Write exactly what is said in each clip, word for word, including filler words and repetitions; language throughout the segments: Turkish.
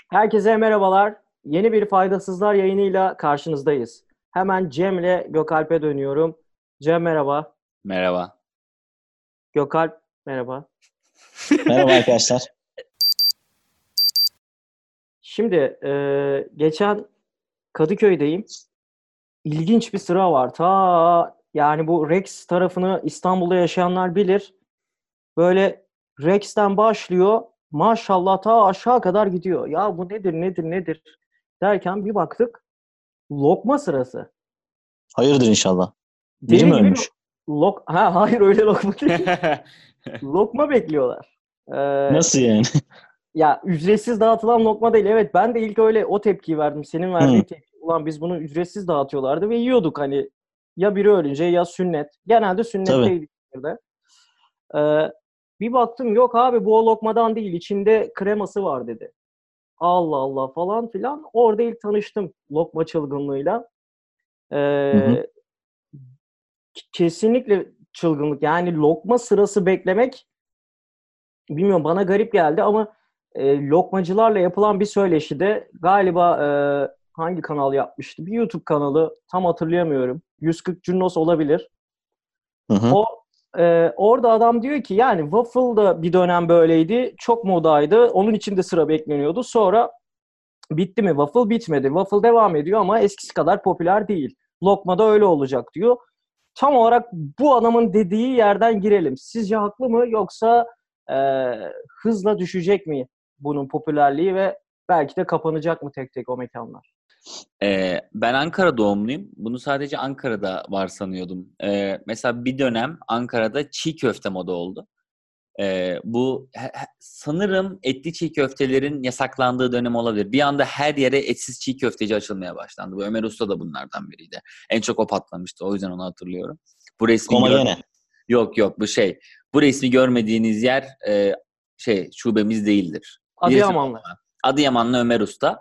Herkese merhabalar. Yeni bir Faydasızlar yayınıyla karşınızdayız. Hemen Cem'le Gökalp'e dönüyorum. Cem merhaba. Merhaba. Gökalp merhaba. Merhaba arkadaşlar. Şimdi e, geçen Kadıköy'deyim. İlginç bir sıra var. Ta yani bu Rex tarafını İstanbul'da yaşayanlar bilir. Böyle Rex'ten başlıyor. Maşallah ta aşağı kadar gidiyor. Ya bu nedir nedir nedir derken bir baktık lokma sırası. Hayırdır inşallah. Biri Deli mi gibi ölmüş? lok ha hayır öyle lokma değil. Lokma bekliyorlar. Ee, Nasıl yani? ya ücretsiz dağıtılan lokma değil. Evet ben de ilk öyle o tepkiyi verdim. Senin Hı, verdiğin tepki. Ulan biz bunu ücretsiz dağıtıyorlardı ve yiyorduk hani ya biri ölünce ya sünnet. Genelde tabii. sünnetteydik. İzmir'de. Ee, bir baktım yok abi bu o lokmadan değil. İçinde kreması var dedi. Allah Allah falan filan. Orada ilk tanıştım lokma çılgınlığıyla. Hı hı. Ee, kesinlikle çılgınlık. Yani lokma sırası beklemek bilmiyorum bana garip geldi ama e, lokmacılarla yapılan bir söyleşide galiba e, hangi kanal yapmıştı? Bir YouTube kanalı tam hatırlayamıyorum. yüz kırk Cunnos olabilir. Hı hı. O e, orada adam diyor ki yani waffle da bir dönem böyleydi. Çok modaydı. Onun için de sıra bekleniyordu. Sonra bitti mi? Waffle bitmedi. Waffle devam ediyor ama eskisi kadar popüler değil. Lokma da öyle olacak diyor. Tam olarak bu adamın dediği yerden girelim. Sizce haklı mı yoksa e, hızla düşecek mi bunun popülerliği ve belki de kapanacak mı tek tek o mekanlar? Ee, ben Ankara doğumluyum. Bunu sadece Ankara'da var sanıyordum. Ee, mesela bir dönem Ankara'da çiğ köfte moda oldu. Ee, bu he- he- sanırım etli çiğ köftelerin yasaklandığı dönem olabilir. Bir anda her yere etsiz çiğ köfteci açılmaya başlandı. Bu Ömer Usta da bunlardan biriydi. En çok o patlamıştı. O yüzden onu hatırlıyorum. Bu resmi gör Komagene. Yok yok bu şey. Bu resmi görmediğiniz yer e, şey şubemiz değildir. Bilirsin Adıyamanlı. onu. Adıyamanlı Ömer Usta.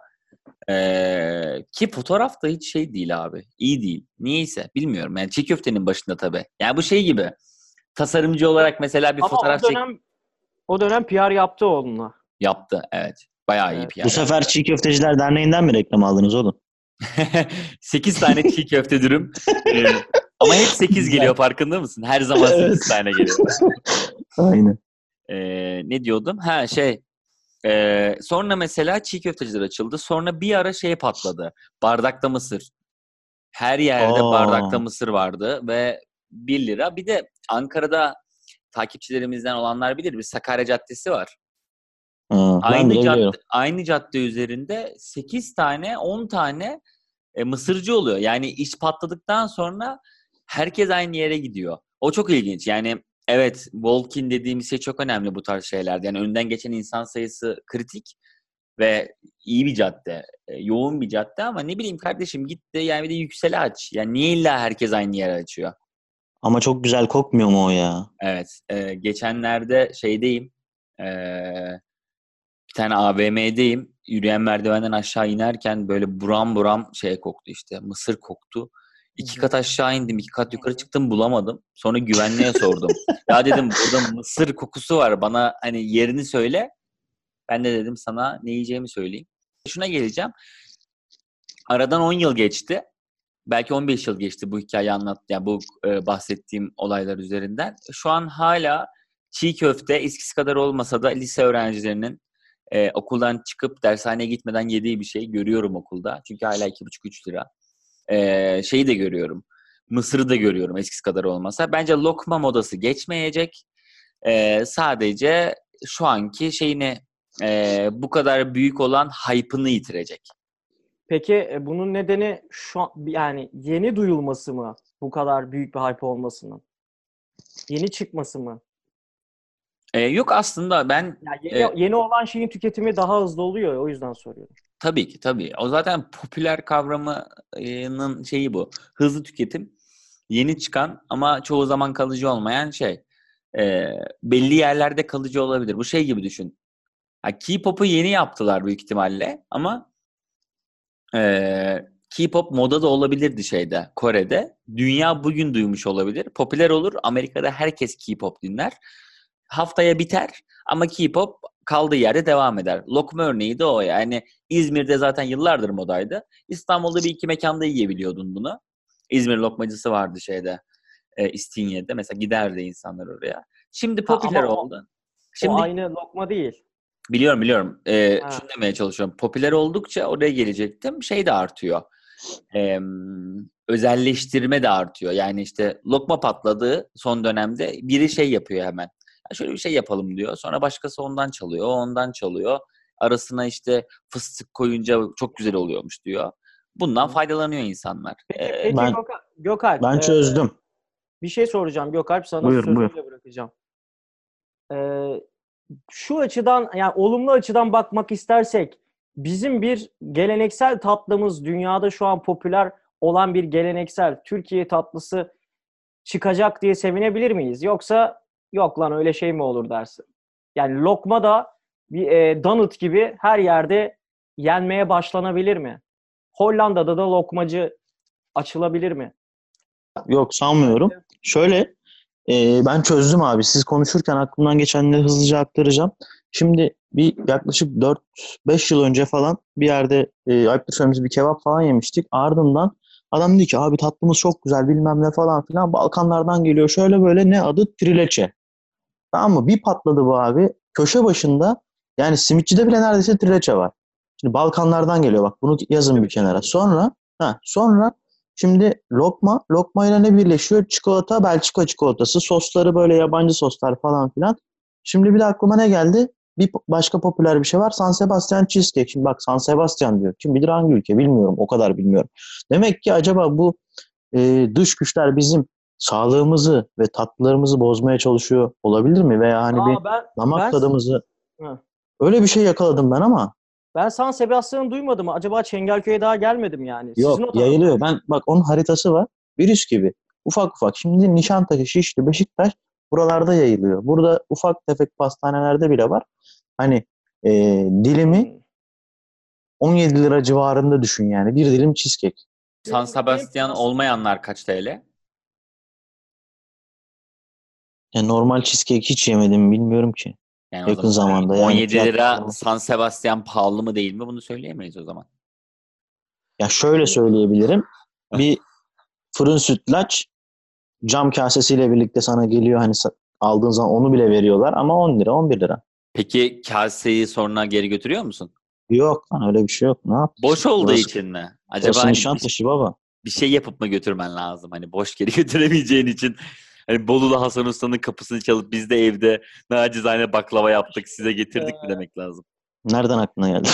Ee, ki fotoğraf da hiç şey değil abi. İyi değil. Niyeyse bilmiyorum. Yani çiğ köftenin başında tabii. Yani bu şey gibi. Tasarımcı olarak mesela bir Ama o fotoğraf çek dönem o dönem P R yaptı onunla. yaptı. Evet. Bayağı iyi Evet. Bu P R sefer yaptı. Çiğ Köfteciler Derneği'nden mi reklam aldınız oğlum? sekiz tane çiğ köfte dürüm. Ee, ama hep sekiz Güzel. geliyor farkında mısın? Her zaman sekiz Evet. tane geliyor. Aynen. Ee, ne diyordum? Ha şey Ee, sonra mesela çiğ köfteciler açıldı. Sonra bir ara şey patladı. Bardakta mısır. Her yerde bardakta Aa, mısır vardı ve bir lira. Bir de Ankara'da takipçilerimizden olanlar bilir bir Sakarya Caddesi var. hı, ben Aynı bile cadde biliyorum. aynı cadde üzerinde sekiz tane on tane e, mısırcı oluyor. Yani iş patladıktan sonra herkes aynı yere gidiyor. O çok ilginç. Yani evet walk-in dediğimiz şey çok önemli bu tarz şeylerde. Yani önden geçen insan sayısı kritik. Ve iyi bir cadde, e, yoğun bir cadde ama ne bileyim kardeşim git de yani bir de Yüksel'i aç. Yani niye illa herkes aynı yere açıyor? Ama çok güzel kokmuyor mu o ya? Evet, e, geçenlerde şeydeyim, e, bir tane A V M'deyim. Yürüyen merdivenden aşağı inerken böyle buram buram şey koktu işte, mısır koktu. Hı İki kat hı. aşağı indim, iki kat Hı yukarı hı. çıktım bulamadım. Sonra güvenliğe sordum. Ya dedim burada mısır kokusu var bana hani yerini söyle. Ben de dedim sana ne yiyeceğimi söyleyeyim. Şuna geleceğim. Aradan on yıl geçti. Belki on beş yıl geçti bu hikayeyi anlat, yani bu e, bahsettiğim olaylar üzerinden. Şu an hala çiğ köfte eskisi kadar olmasa da lise öğrencilerinin e, okuldan çıkıp dershaneye gitmeden yediği bir şey görüyorum okulda. Çünkü hala iki buçuk üç lira. E, şeyi de görüyorum. Mısırı da görüyorum eskisi kadar olmasa. Bence lokma modası geçmeyecek. E, sadece şu anki şeyini e, bu kadar büyük olan hype'ını yitirecek. Peki e, bunun nedeni şu an, yani yeni duyulması mı bu kadar büyük bir hype olmasının? Yeni çıkması mı? E, yok aslında ben Ya e, yeni yeni olan şeyin tüketimi daha hızlı oluyor ya, o yüzden soruyorum. tabii ki tabii. O zaten popüler kavramının şeyi bu. Hızlı tüketim. Yeni çıkan ama çoğu zaman kalıcı olmayan şey. Ee, belli yerlerde kalıcı olabilir. Bu şey gibi düşün. Ha, K-pop'u yeni yaptılar büyük ihtimalle ama ee, K-pop moda da olabilirdi şeyde, Kore'de. Dünya bugün duymuş olabilir. Popüler olur. Amerika'da herkes K-pop dinler. Haftaya biter ama K-pop kaldığı yerde devam eder. Lokma örneği de o yani. İzmir'de zaten yıllardır modaydı. İstanbul'da bir iki mekanda yiyebiliyordun bunu. İzmir lokmacısı vardı şeyde, e, İstinye'de. Mesela giderdi insanlar oraya. Şimdi Ha, popüler ama o, oldu. o Şimdi aynı lokma değil. biliyorum biliyorum. E, Ha. şunu demeye çalışıyorum. Popüler oldukça oraya gelecektim. Şey de artıyor. E, özelleştirme de artıyor. Yani işte lokma patladı son dönemde. Biri şey yapıyor hemen. Ya şöyle bir şey yapalım diyor. Sonra başkası ondan çalıyor. O ondan çalıyor. Arasına işte fıstık koyunca çok güzel oluyormuş diyor. Bundan faydalanıyor insanlar. Peki E, peki Ben Gökalp, Gökalp ben e, çözdüm. bir şey soracağım Gökalp, sana Buyur buyur. sözünü de bırakacağım. E, Şu açıdan, yani olumlu açıdan bakmak istersek, bizim bir geleneksel tatlımız, dünyada şu an popüler olan bir geleneksel Türkiye tatlısı çıkacak diye sevinebilir miyiz? Yoksa yok lan öyle şey mi olur dersin? Yani lokma da bir e, donut gibi her yerde yenmeye başlanabilir mi? Hollanda'da da lokmacı açılabilir mi? Yok sanmıyorum. Bence Şöyle e, ben çözdüm abi. Siz konuşurken aklımdan geçenleri hızlıca aktaracağım. Şimdi bir yaklaşık dört beş yıl önce falan bir yerde e, ayıptır söylemesi bir kebap falan yemiştik. Ardından adam dedi ki abi tatlımız çok güzel bilmem ne falan filan. Balkanlardan geliyor şöyle böyle, ne adı? Trileçe. Tamam mı? Bir patladı bu abi. Köşe başında, yani simitçide bile neredeyse trileçe var. Şimdi Balkanlardan geliyor bak. Bunu yazın bir bir şey. kenara. Sonra ha, sonra şimdi lokma. Lokmayla ne birleşiyor? Çikolata, Belçika çikolatası. Sosları böyle yabancı soslar falan filan. Şimdi bir de aklıma ne geldi? Bir başka popüler bir şey var. San Sebastian Cheesecake. Şimdi bak, San Sebastian diyor. Kim bilir hangi ülke, bilmiyorum. O kadar bilmiyorum. Demek ki acaba bu e, dış güçler bizim sağlığımızı ve tatlılarımızı bozmaya çalışıyor olabilir mi? Veya hani bir Aa ben damak ben tadımızı, Hı. öyle bir şey yakaladım ben ama Ben San Sebastian'ı duymadım. Acaba Çengelköy'e daha gelmedim yani. Sizin yok, o tarafta yayılıyor. mı? Ben bak, onun haritası var. Virüs gibi. Ufak ufak. Şimdi Nişantaşı, Şişli, Beşiktaş buralarda yayılıyor. Burada ufak tefek pastanelerde bile var. Hani e, dilimi Hmm. on yedi lira civarında düşün yani. Bir dilim cheesecake. San Benim bildiğim Sebastian San- olmayanlar kaç T L? Yani normal cheesecake hiç yemedim, bilmiyorum ki. Yani o Yakın zaman zamanda on yani yedi fiyat lira performans. San Sebastian pahalı mı değil mi? Bunu söyleyemeyiz o zaman. Ya şöyle söyleyebilirim. Bir fırın sütlaç cam kasesiyle birlikte sana geliyor, hani sa- aldığın zaman onu bile veriyorlar ama on lira, on bir lira. Peki kaseyi sonra geri götürüyor musun? Yok lan, öyle bir şey yok. Ne Boş yapıyorsun? olduğu Burası, için mi? Acaba burası hani bir, Nişantaşı baba. bir şey yapıp mı götürmen lazım? Hani boş geri götüremeyeceğin için hani Bolulu Hasan Usta'nın kapısını çalıp biz de evde nacizane baklava yaptık size getirdik mi demek lazım? Nereden aklına geldi?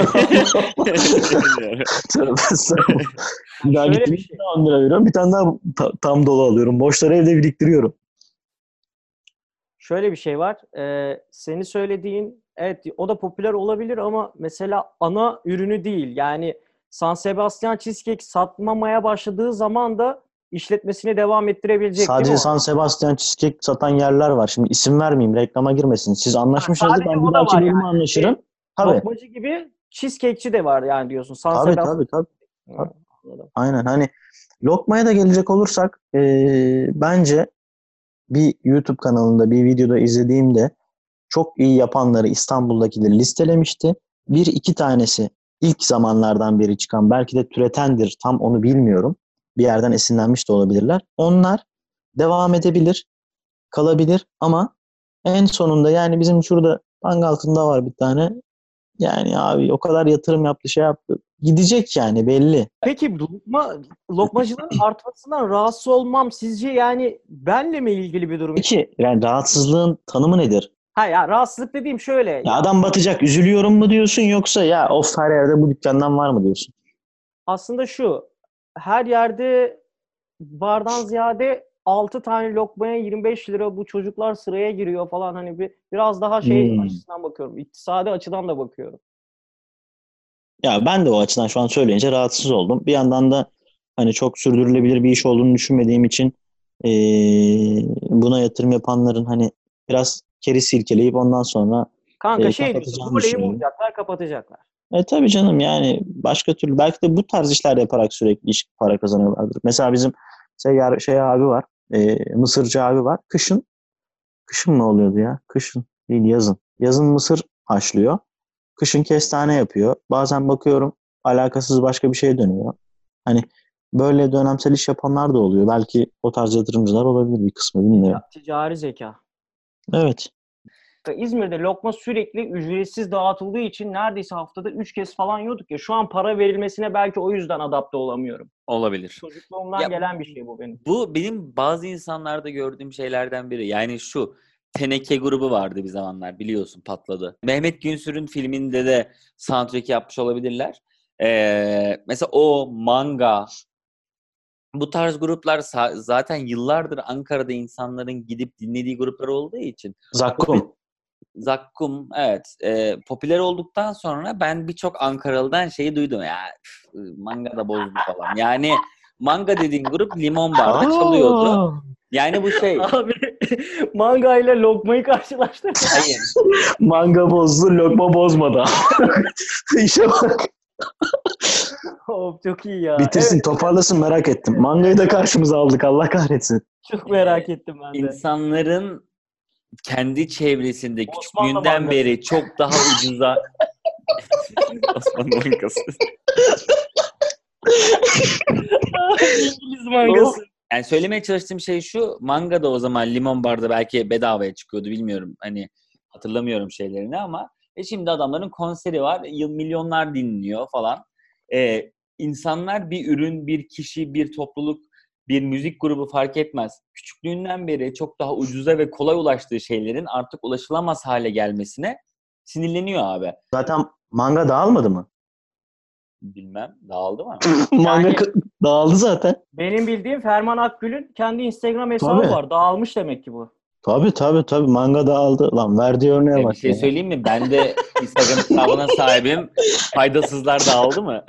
Tövbe estağfurullah. Bir daha Şöyle gittim, bir bir şey. tane on lira veriyorum. Bir tane daha ta- tam dolu alıyorum. Boşları evde biriktiriyorum. Şöyle bir şey var. Ee, seni söylediğin, evet, o da popüler olabilir ama mesela ana ürünü değil. Yani San Sebastian Cheesecake satmamaya başladığı zaman da işletmesini devam ettirebilecek değil mi Sadece o San adam? Sebastian cheesecake satan yerler var. Şimdi isim vermeyeyim, reklama girmesin. Siz Ha, anlaşmışsınızdır. sadece Ben bir o da dahaki var bölümü yani. Şey, anlaşırım. Tabii. lokmacı gibi cheesecake'çi de var yani diyorsun. San Tabii Sebastian. tabii tabii. Ha, Tabii. anladım. Aynen, hani lokmaya da gelecek olursak eee, bence bir YouTube kanalında bir videoda izlediğimde çok iyi yapanları İstanbul'dakileri listelemişti. Bir iki tanesi ilk zamanlardan beri çıkan, belki de türetendir, tam onu bilmiyorum. Bir yerden esinlenmiş de olabilirler. Onlar devam edebilir, kalabilir ama en sonunda, yani bizim şurada Pangaltı'nda var bir tane. Yani abi o kadar yatırım yaptı, şey yaptı. Gidecek yani, belli. Peki lokma, lokmacılığın artmasından rahatsız olmam sizce yani benle mi ilgili bir durum? Peki yani rahatsızlığın tanımı nedir? Ha ya, rahatsızlık dediğim şöyle Ya ya, adam batacak, üzülüyorum mu diyorsun, yoksa ya of her yerde bu dükkandan var mı diyorsun? aslında şu, her yerde bardan ziyade altı tane lokmaya yirmi beş lira, bu çocuklar sıraya giriyor falan, hani bir biraz daha şey Hmm. açısından bakıyorum. İktisadi açıdan da bakıyorum. Ya ben de o açıdan şu an söyleyince rahatsız oldum. Bir yandan da hani çok sürdürülebilir bir iş olduğunu düşünmediğim için eee, buna yatırım yapanların hani biraz keri silkeleyip ondan sonra Kanka eee, şey diyorsun, kapatacağını voleyi düşünüyorum. vuracaklar, kapatacaklar. E tabii canım, yani başka türlü belki de bu tarz işler yaparak sürekli iş para kazanıyorlardır. Mesela bizim Seyyar şey abi var. eee, Mısırcı abi var. Kışın kışın mı oluyordu ya? Kışın değil, yazın. Yazın mısır haşlıyor. Kışın kestane yapıyor. Bazen bakıyorum alakasız başka bir şeye dönüyor. Hani böyle dönemsel iş yapanlar da oluyor. Belki o tarz yatırımcılar olabilir bir kısmı, bilmiyorum. Ticari zeka. Evet. İzmir'de lokma sürekli ücretsiz dağıtıldığı için neredeyse haftada üç kez falan yiyorduk ya. Şu an para verilmesine belki o yüzden adapte olamıyorum. Olabilir. Çocukluğumdan Ya, gelen bir şey bu benim. Bu benim bazı insanlarda gördüğüm şeylerden biri. Yani şu Teneke grubu vardı bir zamanlar, biliyorsun, patladı. Mehmet Günsür'ün filminde de soundtrack yapmış olabilirler. Ee, mesela o Manga, bu tarz gruplar sa- zaten yıllardır Ankara'da insanların gidip dinlediği gruplar olduğu için. Zakkum. Zakkum, evet. E, popüler olduktan sonra ben birçok Ankaralı'dan şeyi duydum. Ya üf, Manga da bozdu falan. Yani Manga dediğin grup Limon Bar'da çalıyordu. Aa! Yani bu şey. Abi manga ile lokmayı karşılaştırma. Hayır. Manga bozdu, lokma bozmadı. İşe bak. Of, çok iyi ya. Bitirsin, Evet, toparlasın, merak ettim. Mangayı da karşımıza aldık, Allah kahretsin. çok merak ettim ben de. İnsanların kendi çevresinde Osmanlı küçüklüğünden mangası. beri çok daha ucuza Osmanlı mangası. İngiliz mangası. Yani söylemeye çalıştığım şey şu, manga da o zaman Limon Bar'da belki bedavaya çıkıyordu, bilmiyorum. Hani hatırlamıyorum şeylerini ama e şimdi adamların konseri var, yıl milyonlar dinliyor falan. Ee, insanlar bir ürün, bir kişi, bir topluluk, bir müzik grubu fark etmez. Küçüklüğünden beri çok daha ucuza ve kolay ulaştığı şeylerin artık ulaşılamaz hale gelmesine sinirleniyor abi. Zaten manga dağılmadı mı? Bilmem, dağıldı mı? Manga Yani- k- dağıldı zaten. Benim bildiğim Ferman Akgül'ün kendi Instagram hesabı Tabii. var. Dağılmış demek ki bu. Tabii tabii tabii, manga dağıldı. Lan verdiği örneğe Ya bir bak şey ya. söyleyeyim mi? Ben de Instagram hesabına sahibim. Faydasızlar dağıldı mı?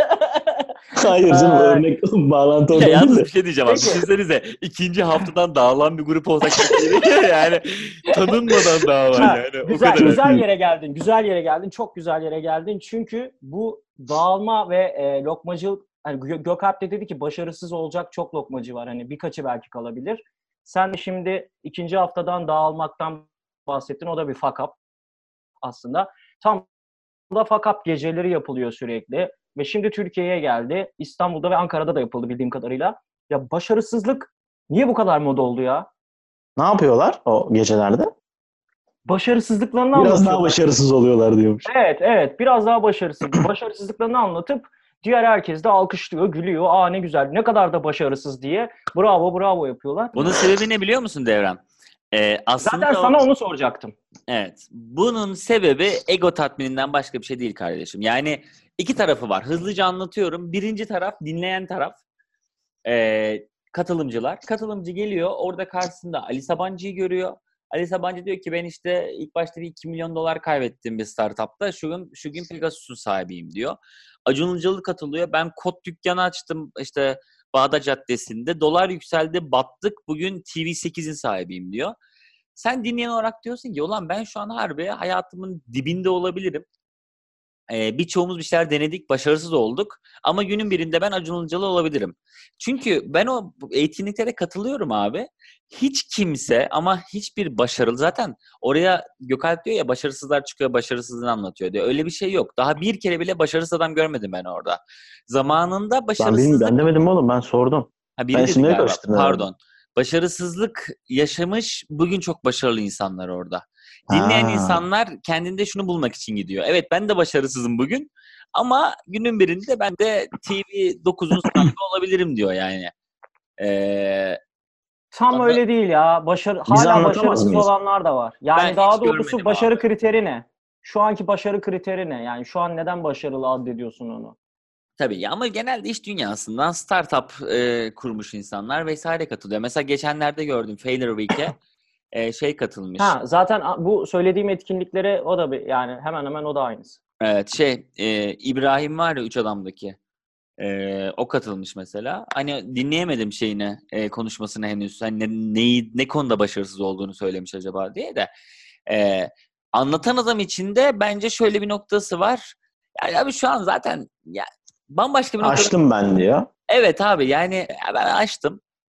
Hayır canım, Ay. örnek bağlantı Ya oradan yalnız değil bir de. şey diyeceğim abi. Peki. Düşünsenize ikinci haftadan dağılan bir grup olsak çok iyi değil mi? Yani tanınmadan dağılan Ha, yani. O güzel, kadar. güzel yere geldin. Güzel yere geldin. Çok güzel yere geldin. Çünkü bu dağılma ve e, lokmacılık, hani Gö- Gökalp de dedi ki başarısız olacak çok lokmacı var. Hani birkaçı belki kalabilir. Sen de şimdi ikinci haftadan dağılmaktan bahsettin. O da bir fuck up aslında. Tam da fuck up geceleri yapılıyor sürekli. Ve şimdi Türkiye'ye geldi. İstanbul'da ve Ankara'da da yapıldı bildiğim kadarıyla. Ya başarısızlık niye bu kadar moda oldu ya? Ne yapıyorlar o gecelerde? Başarısızlıklarını Biraz anlatıyorlar. daha başarısız oluyorlar diyormuş. Evet, evet. Biraz daha başarısız. Başarısızlıklarını anlatıp diğer herkes de alkışlıyor, gülüyor. Aa ne güzel, ne kadar da başarısız diye. Bravo, bravo yapıyorlar. Bunun sebebi ne biliyor musun Devrem? Ee, aslında Zaten o- sana onu soracaktım. Evet. Bunun sebebi ego tatmininden başka bir şey değil kardeşim. Yani iki tarafı var. Hızlıca anlatıyorum. Birinci taraf dinleyen taraf. Ee, katılımcılar. Katılımcı geliyor. Orada karşısında Ali Sabancı'yı görüyor. Ali Sabancı diyor ki ben işte ilk başta bir iki milyon dolar kaybettim bir startupta. Şu gün, şu gün Pegasus'un sahibiyim diyor. Acun Ilıcalı katılıyor. Ben kot dükkanı açtım işte Bağdat Caddesi'nde. Dolar yükseldi, battık. Bugün T V sekizin sahibiyim diyor. Sen dinleyen olarak diyorsun ki ulan ben şu an harbi hayatımın dibinde olabilirim. Ee, birçoğumuz bir şeyler denedik, başarısız olduk. Ama günün birinde ben Acun Ilıcalı olabilirim. Çünkü ben o etkinliklere katılıyorum abi. Hiç kimse ama hiçbir başarılı zaten oraya Gökalp diyor ya başarısızlar çıkıyor, başarısızlığını anlatıyor diyor. Öyle bir şey yok. Daha bir kere bile başarısız adam görmedim ben orada. Zamanında Ben, başarısızlık... bilmiyorum, ben demedim oğlum, ben sordum. Ha, biri Ben dedi isimleri galiba. karıştırdım herhalde. Pardon. Başarısızlık yaşamış, bugün çok başarılı insanlar orada. Dinleyen Ha. insanlar kendinde şunu bulmak için gidiyor. Evet ben de başarısızım bugün ama günün birinde ben de T V dokuzun sahibi olabilirim diyor yani. Ee, Tam Anla- öyle değil ya. Başarı, Biz hala anlatamaz başarısız mıyız? olanlar da var. Yani Ben daha hiç doğrusu görmedim başarı abi. kriteri ne? Şu anki başarı kriteri ne? Yani şu an neden başarılı addediyorsun onu? Tabii ya ama genelde iş dünyasından startup e, kurmuş insanlar vesaire katılıyor. Mesela geçenlerde gördüm Failure Week'e e, şey katılmış. Ha, zaten a- bu söylediğim etkinliklere o da bir, yani hemen hemen o da aynısı. Evet şey e, İbrahim var ya Üç Adam'daki. Ee, o katılmış mesela. Hani dinleyemedim şeyini, e, konuşmasını henüz. Hani ne, neyi, ne konuda başarısız olduğunu söylemiş acaba diye de. Ee, anlatan adam için de bence şöyle bir noktası var. Yani abi şu an zaten ya, bambaşka bir noktada. Açtım ben diyor. Evet abi yani ya ben açtım.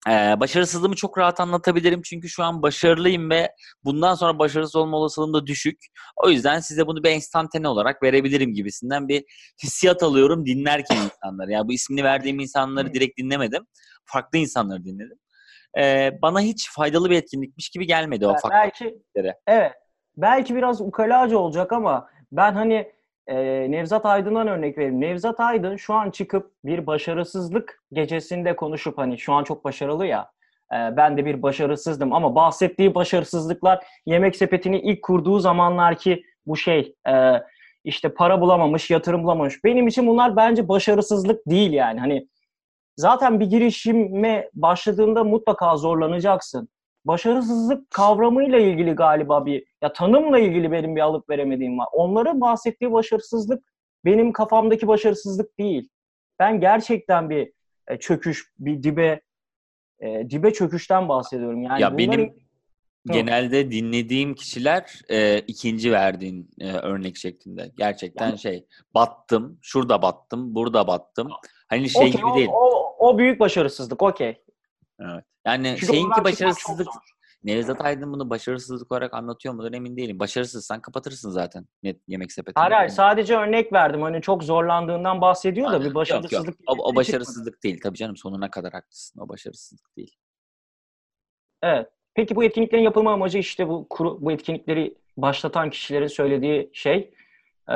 Ee, başarısızlığımı çok rahat anlatabilirim çünkü şu an başarılıyım ve bundan sonra başarısız olma olasılığım da düşük. O yüzden size bunu bir enstantane olarak verebilirim gibisinden bir hissiyat alıyorum dinlerken insanları. Yani bu ismini verdiğim insanları direkt dinlemedim. Farklı insanları dinledim. Ee, bana hiç faydalı bir etkinlikmiş gibi gelmedi o farklı Belki etkinliklere. evet. Belki biraz ukalaca olacak ama ben hani e, Nevzat Aydın'dan örnek vereyim. Nevzat Aydın şu an çıkıp bir başarısızlık gecesinde konuşup hani şu an çok başarılı ya. e, ben de bir başarısızdım ama bahsettiği başarısızlıklar Yemek Sepeti'ni ilk kurduğu zamanlarki bu şey e, işte para bulamamış, yatırım bulamamış. Benim için bunlar bence başarısızlık değil yani. Hani zaten bir girişime başladığında mutlaka zorlanacaksın. Başarısızlık kavramıyla ilgili galiba bir, ya tanımla ilgili benim bir alıp veremediğim var. Onların bahsettiği başarısızlık benim kafamdaki başarısızlık değil. Ben gerçekten bir e, çöküş, bir dibe e, dibe çöküşten bahsediyorum. Yani Ya bunların benim Hı. genelde dinlediğim kişiler e, ikinci verdiğin e, örnek şeklinde. Gerçekten Yani şey battım, şurada battım, burada battım. Hani şey okey, gibi o, değil. o, o büyük başarısızlık, okey. Evet. Yani Çünkü şeyinki ondan çıkmak çok başarısızlık. zor. Nevzat Aydın bunu başarısızlık olarak anlatıyor mudur emin değilim. Başarısızsan kapatırsın zaten net yemek Hayır sepetini. hayır, sadece örnek verdim. Hani çok zorlandığından bahsediyor da Yani, bir yok yok. başarısızlık O, o gecesine çıkmadı. başarısızlık değil. Tabii canım sonuna kadar haklısın. O başarısızlık değil. Evet. Peki bu etkinliklerin yapılma amacı işte bu kuru, bu etkinlikleri başlatan kişilerin söylediği şey ee,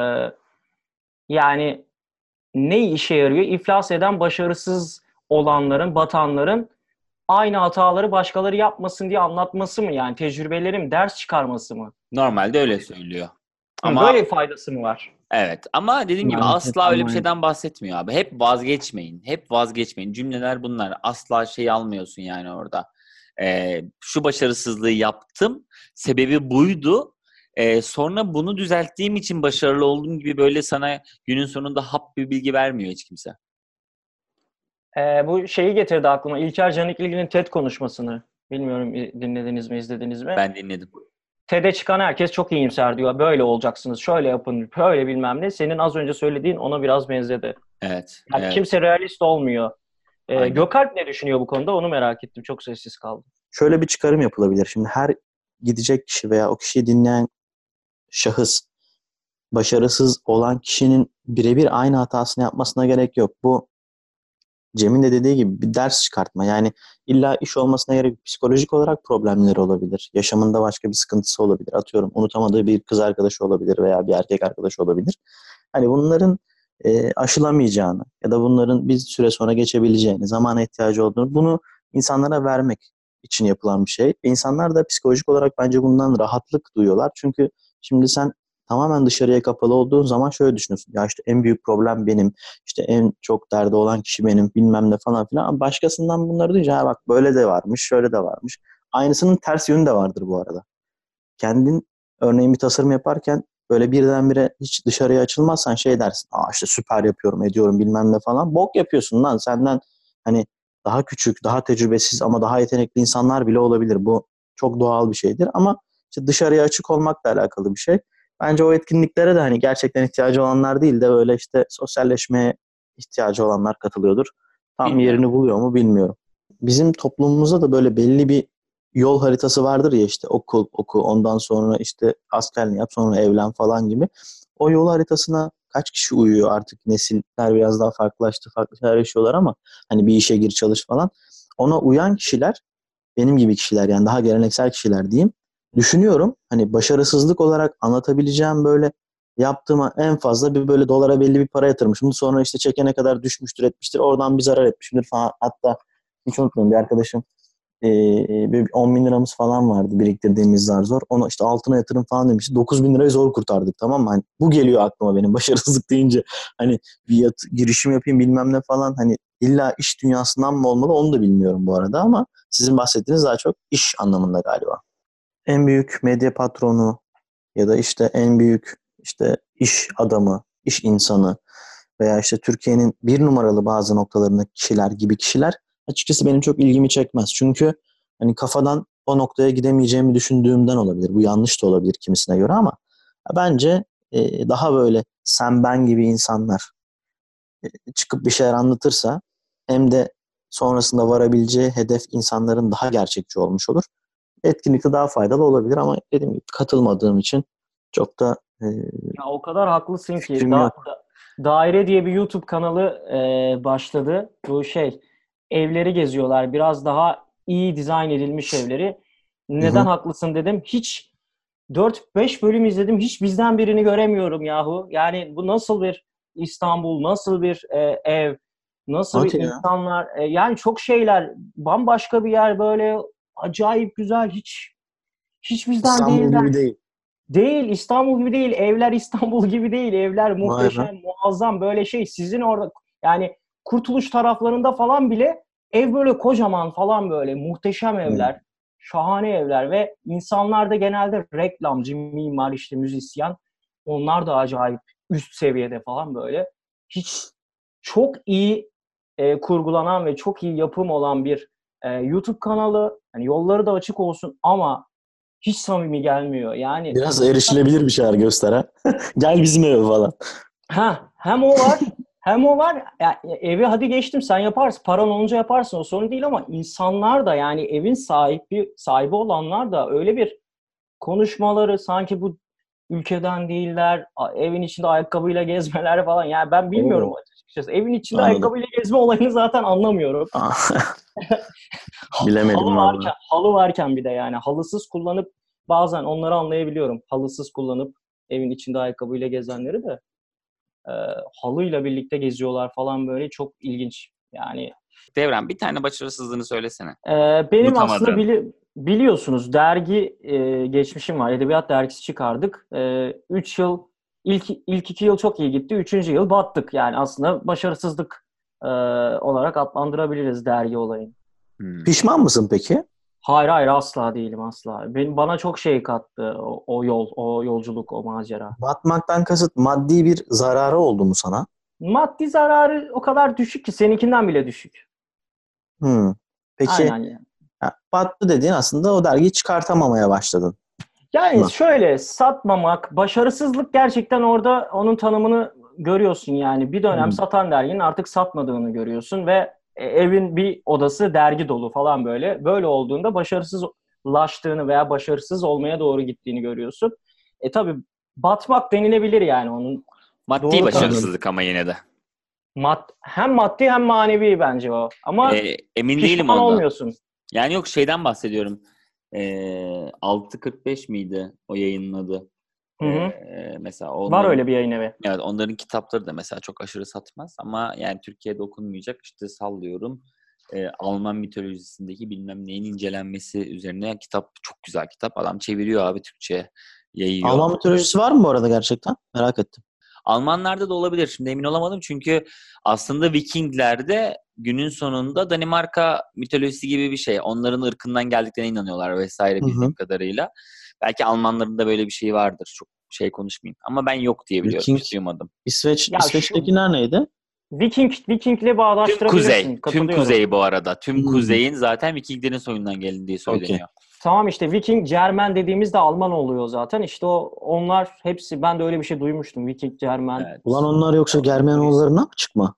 yani ne işe yarıyor? İflas eden, başarısız olanların, batanların aynı hataları başkaları yapmasın diye anlatması mı yani? Tecrübelerim ders çıkarması mı? Normalde öyle söylüyor. Hı, Ama böyle bir faydası mı var? evet ama dediğim gibi Maalesef asla öyle bir ama şeyden bahsetmiyor abi. Hep vazgeçmeyin. Hep vazgeçmeyin. Cümleler bunlar. Asla şey almıyorsun yani orada. Ee, şu başarısızlığı yaptım. Sebebi buydu. Ee, sonra bunu düzelttiğim için başarılı oldum gibi böyle sana günün sonunda hap bir bilgi vermiyor hiç kimse. Ee, bu şeyi getirdi aklıma. İlker Canikli'nin TED konuşmasını. Bilmiyorum dinlediniz mi, izlediniz mi? Ben dinledim. TED'e çıkan herkes çok iyimser diyor. Böyle olacaksınız, şöyle yapın, böyle bilmem ne. Senin az önce söylediğin ona biraz benzedi. Evet. Yani Evet. kimse realist olmuyor. Ee, Aynen. Gökalp ne düşünüyor bu konuda? Onu merak ettim. Çok sessiz kaldım. şöyle bir çıkarım yapılabilir. Şimdi her gidecek kişi veya o kişiyi dinleyen şahıs başarısız olan kişinin birebir aynı hatasını yapmasına gerek yok. Bu Cem'in de dediği gibi bir ders çıkartma. Yani illa iş olmasına gerek yok. Psikolojik olarak problemleri olabilir. Yaşamında başka bir sıkıntısı olabilir. Atıyorum unutamadığı bir kız arkadaşı olabilir veya bir erkek arkadaşı olabilir. Hani bunların e, aşılamayacağını ya da bunların bir süre sonra geçebileceğini, zamana ihtiyacı olduğunu bunu insanlara vermek için yapılan bir şey. Ve İnsanlar da psikolojik olarak bence bundan rahatlık duyuyorlar. Çünkü şimdi sen tamamen dışarıya kapalı olduğun zaman şöyle düşünüyorsun. Ya işte en büyük problem benim. İşte en çok derdi olan kişi benim bilmem ne falan filan. Ama başkasından bunları duyunca ha bak böyle de varmış, şöyle de varmış. Aynısının ters yönü de vardır bu arada. Kendin örneğin bir tasarım yaparken böyle birdenbire hiç dışarıya açılmazsan şey dersin. Aa işte süper yapıyorum, ediyorum bilmem ne falan. Bok yapıyorsun lan. Senden hani daha küçük, daha tecrübesiz ama daha yetenekli insanlar bile olabilir. Bu çok doğal bir şeydir ama işte dışarıya açık olmakla alakalı bir şey. Bence o etkinliklere de hani gerçekten ihtiyacı olanlar değil de böyle işte sosyalleşmeye ihtiyacı olanlar katılıyordur. Tam Bilmiyorum. yerini buluyor mu bilmiyorum. Bizim toplumumuzda da böyle belli bir yol haritası vardır ya işte okul, oku, ondan sonra işte askerliğini yap, sonra evlen falan gibi. O yol haritasına kaç kişi uyuyor artık nesiller biraz daha farklılaştı, farklı şeyler yaşıyorlar ama hani bir işe gir çalış falan. Ona uyan kişiler, benim gibi kişiler yani daha geleneksel kişiler diyeyim. Düşünüyorum hani başarısızlık olarak anlatabileceğim böyle yaptığıma en fazla bir böyle dolara belli bir para yatırmışım. Sonra işte çekene kadar düşmüştür etmiştir. Oradan bir zarar etmişimdir falan. Hatta hiç unutmuyorum bir arkadaşım ee, bir on bin liramız falan vardı biriktirdiğimiz zar zor. Onu işte altına yatırım falan demişti. dokuz bin lirayı zor kurtardık tamam mı? Hani bu geliyor aklıma benim başarısızlık deyince. Hani bir yat, girişim yapayım bilmem ne falan. Hani illa iş dünyasından mı olmalı onu da bilmiyorum bu arada ama sizin bahsettiğiniz daha çok iş anlamında galiba. En büyük medya patronu ya da işte en büyük işte iş adamı, iş insanı veya işte Türkiye'nin bir numaralı bazı noktalarındaki kişiler gibi kişiler açıkçası benim çok ilgimi çekmez. Çünkü hani kafadan o noktaya gidemeyeceğimi düşündüğümden olabilir. Bu yanlış da olabilir kimisine göre ama bence e, daha böyle sen ben gibi insanlar e, çıkıp bir şeyler anlatırsa hem de sonrasında varabileceği hedef insanların daha gerçekçi olmuş olur. Etkinlikte daha faydalı olabilir ama dediğim gibi katılmadığım için çok da e, Ya o kadar haklısın ki fikrim da, yok. da- Daire diye bir YouTube kanalı e, başladı. Bu şey evleri geziyorlar. Biraz daha iyi dizayn edilmiş evleri. Hı Neden hı. haklısın dedim. Hiç dört beş bölüm izledim. Hiç bizden birini göremiyorum yahu. Yani bu nasıl bir İstanbul, nasıl bir e, ev, nasıl bir Hadi ya. insanlar. E, yani çok şeyler. Bambaşka bir yer böyle acayip güzel. Hiç hiç bizden İstanbul değiller. gibi değil. Değil, İstanbul gibi değil. Evler İstanbul gibi değil. Evler Vay be. muhteşem, muazzam böyle şey. Sizin orada yani Kurtuluş taraflarında falan bile ev böyle kocaman falan böyle muhteşem Hı. evler. Şahane evler ve insanlar da genelde reklamcı, mimar, işte müzisyen. Onlar da acayip üst seviyede falan böyle. Hiç çok iyi e, kurgulanan ve çok iyi yapım olan bir e, YouTube kanalı. Hani yolları da açık olsun ama hiç samimi gelmiyor. Yani Biraz erişilebilir bir şeyler göster ha. Gel bizim eve falan. ha hem o var hem o var. Ya, evi hadi geçtim sen yaparsın. Paran olunca yaparsın o sorun değil ama insanlar da yani evin sahibi sahibi olanlar da öyle bir konuşmaları sanki bu ülkeden değiller. a- Evin içinde ayakkabıyla gezmeler falan. Yani ben bilmiyorum Oo, açıkçası. Evin içinde anladım. ayakkabıyla gezme olayını zaten anlamıyorum. Bilemedim Halı vallahi. varken, halı varken bir de yani halısız kullanıp bazen onları anlayabiliyorum. Halısız kullanıp evin içinde ayakkabıyla gezenleri de e, halıyla birlikte geziyorlar falan böyle çok ilginç. Yani Devran bir tane başarısızlığını söylesene. e, benim aslında Unutamadın. bili- biliyorsunuz dergi e, geçmişim var. Edebiyat dergisi çıkardık. E, üç yıl ilk ilk iki yıl çok iyi gitti. Üçüncü yıl battık. Yani aslında başarısızlık e, olarak adlandırabiliriz dergi olayını. Hmm. Pişman mısın peki? Hayır hayır asla değilim asla. Benim bana çok şey kattı o, o yol, o yolculuk, o macera. Batmaktan kasıt maddi bir zararı oldu mu sana? Maddi zararı o kadar düşük ki seninkinden bile düşük. Hmm. Peki Aynen yani. ha, battı dediğin aslında o dergiyi çıkartamamaya başladın Yani mı? şöyle satmamak, başarısızlık gerçekten orada onun tanımını görüyorsun yani. Bir dönem Hmm. satan derginin artık satmadığını görüyorsun ve e, evin bir odası dergi dolu falan böyle. Böyle olduğunda başarısızlaştığını veya başarısız olmaya doğru gittiğini görüyorsun. E tabii batmak denilebilir yani onun Maddi doğru tanımı. Anladım. başarısızlık ama yine de. Mad hem maddi hem manevi bence o. Ama Ee, emin değilim pişman ondan. olmuyorsun. Yani yok şeyden bahsediyorum. Ee, altı kırk beş miydi o yayının adı? Hı hı. Ee, mesela Var onların öyle bir yayın evi. evet onların kitapları da mesela çok aşırı satmaz ama yani Türkiye'de okunmayacak işte sallıyorum. Ee, Alman mitolojisindeki bilmem neyin incelenmesi üzerine kitap çok güzel kitap. Adam çeviriyor abi Türkçe'ye yayıyor. Alman mitolojisi var mı bu arada gerçekten? Merak ettim. Almanlarda da olabilir. Şimdi emin olamadım çünkü aslında Vikinglerde günün sonunda Danimarka mitolojisi gibi bir şey. Onların ırkından geldiklerine inanıyorlar vesaire Hı bildiğim hı. kadarıyla. Belki Almanların da böyle bir şey vardır. Çok şey konuşmayayım. Ama ben yok diye biliyorum. Viking. Hiç duymadım. İsveç, Ya şu İsveç'tekiler neydi? Viking Viking'le Tüm kuzey. bağdaştırabilirsin. Tüm Katılıyorum. kuzey bu arada. Tüm Hmm. kuzeyin zaten Vikinglerin soyundan gelindiği Okey. söyleniyor. Tamam işte Viking, Cermen dediğimizde Alman oluyor zaten. İşte o onlar hepsi ben de öyle bir şey duymuştum. Viking, Cermen. Ulan Evet. onlar yoksa Germanoğullarına mı çıkma?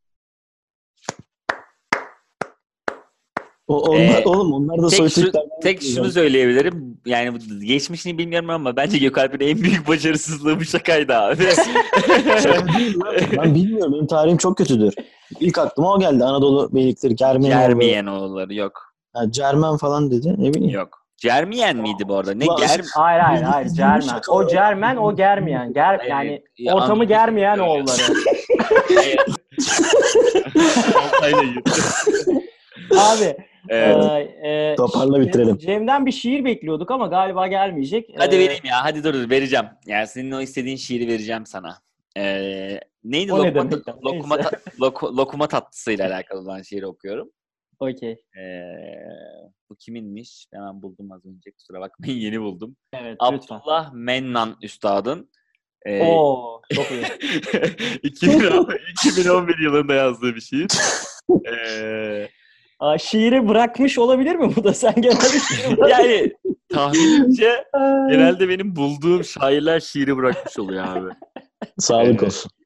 O, onlar, Ee, oğlum onlar da Tek şu Soytürklerden tek şunu yapıyor. söyleyebilirim. Yani bu geçmişini bilmiyorum ama bence Gökalp'in en büyük başarısızlığı bu şakaydı abi. Şaka değil lan. Ben bilmiyorum. Benim tarihim çok kötüdür. İlk aklıma o geldi. Anadolu beylikleri, Germenoğulları. Germiyenoğulları yok. Ha, Cermen falan dedi. Ne bileyim. Yok. Germiyen miydi bu arada? Ne Ulan ger Hayır hayır hayır bildiğimiz bilmiş Cermen. O şakalar. Cermen o germeyen. Ger Hayır, yani ya, ortamı anlatıyorsun germeyen söylüyorsun. oğulları. Hayır. Altayla gir. Abi e, Evet. e, Toparla bitirelim. Cem'den bir şiir bekliyorduk ama galiba gelmeyecek. Hadi E, vereyim ya. Hadi dur dur vereceğim. Yani senin o istediğin şiiri vereceğim sana. Ee, neydi? o ne Lokma, demek ya? lokma, Neyse. lok- lokma tatlısıyla alakalı olan şiiri okuyorum. Okey. Ee, bu kiminmiş? Hemen buldum az önce. Kusura bakmayın yeni buldum. Evet lütfen. Abdullah Mennan Üstad'ın e, Oo çok iyi. iki bin on iki bin on bir yılında yazdığı bir şiir. Ee, Aa, şiiri bırakmış olabilir mi bu da? Sen genelde şiiri bırak. yani tahminimce genelde benim bulduğum şairler şiiri bırakmış oluyor abi. Sağlık Ee, olsun.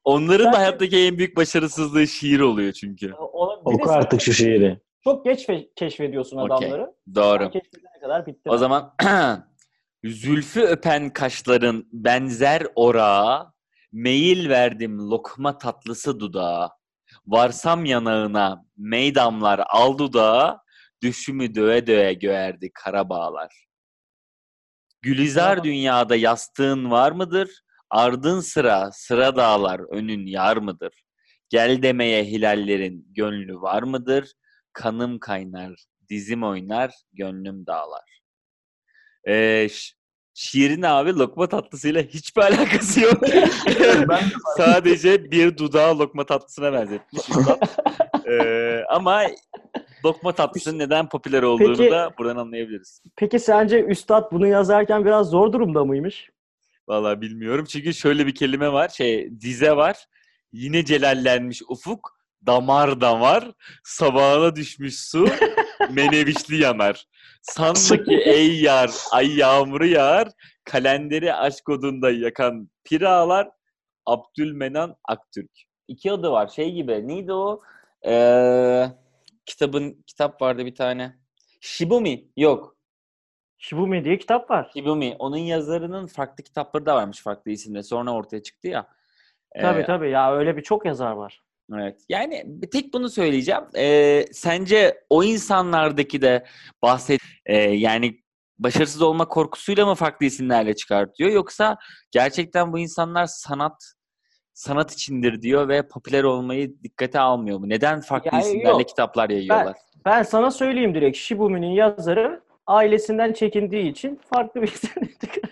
Onların da Bence- hayattaki en büyük başarısızlığı şiir oluyor çünkü. Ona, bir de Oku sen artık şu şiiri. çok geç fe- keşfediyorsun Okey. adamları. Doğru. Sen keşfedene kadar bitti. O zaman zülfü öpen kaşların benzer orağa, meyil verdim lokma tatlısı dudağa. Varsam yanağına meydamlar al dudağa, düşümü döve döve göğerdi kara bağlar. Gülizar Merhaba. dünyada yastığın var mıdır? Ardın sıra sıra dağlar önün yar mıdır? Gel demeye hilallerin gönlü var mıdır? Kanım kaynar, dizim oynar, gönlüm dağlar. Ee, ş- şiirin abi lokma tatlısıyla hiçbir alakası yok. Sadece bir dudağı lokma tatlısına benzetmiş üstad. Ee, ama lokma tatlısının neden popüler olduğunu Peki- da buradan anlayabiliriz. Peki sence Üstad bunu yazarken biraz zor durumda mıymış? Vallahi bilmiyorum. Çünkü şöyle bir kelime var. Şey, dize var. Yine celallenmiş ufuk. Damar damar. Sabahına düşmüş su. Menevişli yanar. Sanma ki ey yar. Ay yağmuru yağar. Kalenderi aşk odunda yakan pir ağlar. Abdülmenan Aktürk. İki adı var. Şey gibi. Neydi o? Ee, kitabın kitap vardı bir tane. Shibumi. Yok. Shibumi diye kitap var. Shibumi. Onun yazarının farklı kitapları da varmış farklı isimle. Sonra ortaya çıktı ya. Ee, Tabii tabii ya öyle bir çok yazar var. Evet. Yani bir tek bunu söyleyeceğim. Ee, sence o insanlardaki de bahset e, yani başarısız olma korkusuyla mı farklı isimlerle çıkartıyor, yoksa gerçekten bu insanlar sanat sanat içindir diyor ve popüler olmayı dikkate almıyor mu? Neden farklı Yani isimlerle yok. kitaplar yayıyorlar? Ben sana söyleyeyim direkt. Shibumi'nin yazarı ailesinden çekindiği için farklı bir isim.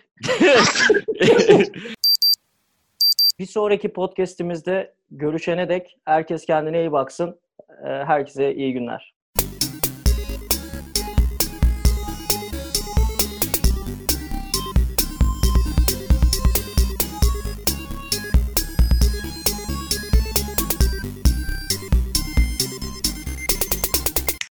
Bir sonraki podcast'imizde görüşene dek herkes kendine iyi baksın. Ee, Herkese iyi günler.